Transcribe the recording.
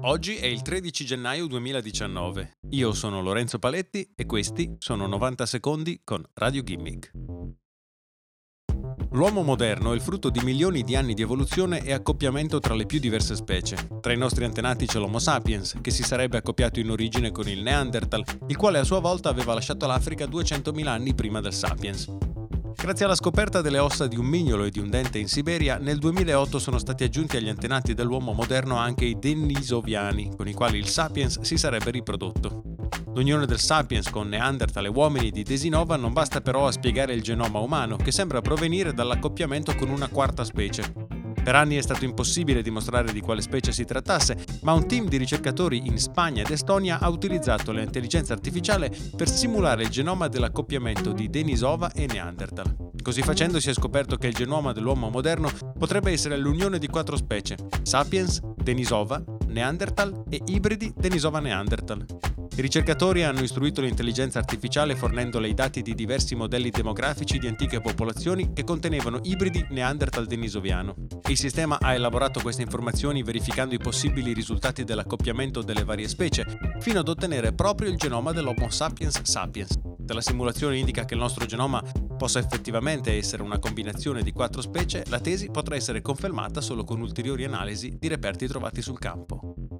Oggi è il 13 gennaio 2019. Io sono Lorenzo Paletti e questi sono 90 secondi con Radio Gimmick. L'uomo moderno è il frutto di milioni di anni di evoluzione e accoppiamento tra le più diverse specie. Tra i nostri antenati c'è l'Homo sapiens, che si sarebbe accoppiato in origine con il Neanderthal, il quale a sua volta aveva lasciato l'Africa 200.000 anni prima del Sapiens. Grazie alla scoperta delle ossa di un mignolo e di un dente in Siberia, nel 2008 sono stati aggiunti agli antenati dell'uomo moderno anche i denisoviani, con i quali il Sapiens si sarebbe riprodotto. L'unione del Sapiens con Neanderthal e uomini di Denisova non basta però a spiegare il genoma umano, che sembra provenire dall'accoppiamento con una quarta specie. Per anni è stato impossibile dimostrare di quale specie si trattasse, ma un team di ricercatori in Spagna ed Estonia ha utilizzato l'intelligenza artificiale per simulare il genoma dell'accoppiamento di Denisova e Neanderthal. Così facendo si è scoperto che il genoma dell'uomo moderno potrebbe essere l'unione di 4 specie: Sapiens, Denisova, Neanderthal e ibridi Denisova-Neanderthal. I ricercatori hanno istruito l'intelligenza artificiale fornendole i dati di diversi modelli demografici di antiche popolazioni che contenevano ibridi Neanderthal-Denisoviano. Il sistema ha elaborato queste informazioni verificando i possibili risultati dell'accoppiamento delle varie specie, fino ad ottenere proprio il genoma dell'Homo sapiens sapiens. Se la simulazione indica che il nostro genoma possa effettivamente essere una combinazione di 4 specie, la tesi potrà essere confermata solo con ulteriori analisi di reperti trovati sul campo.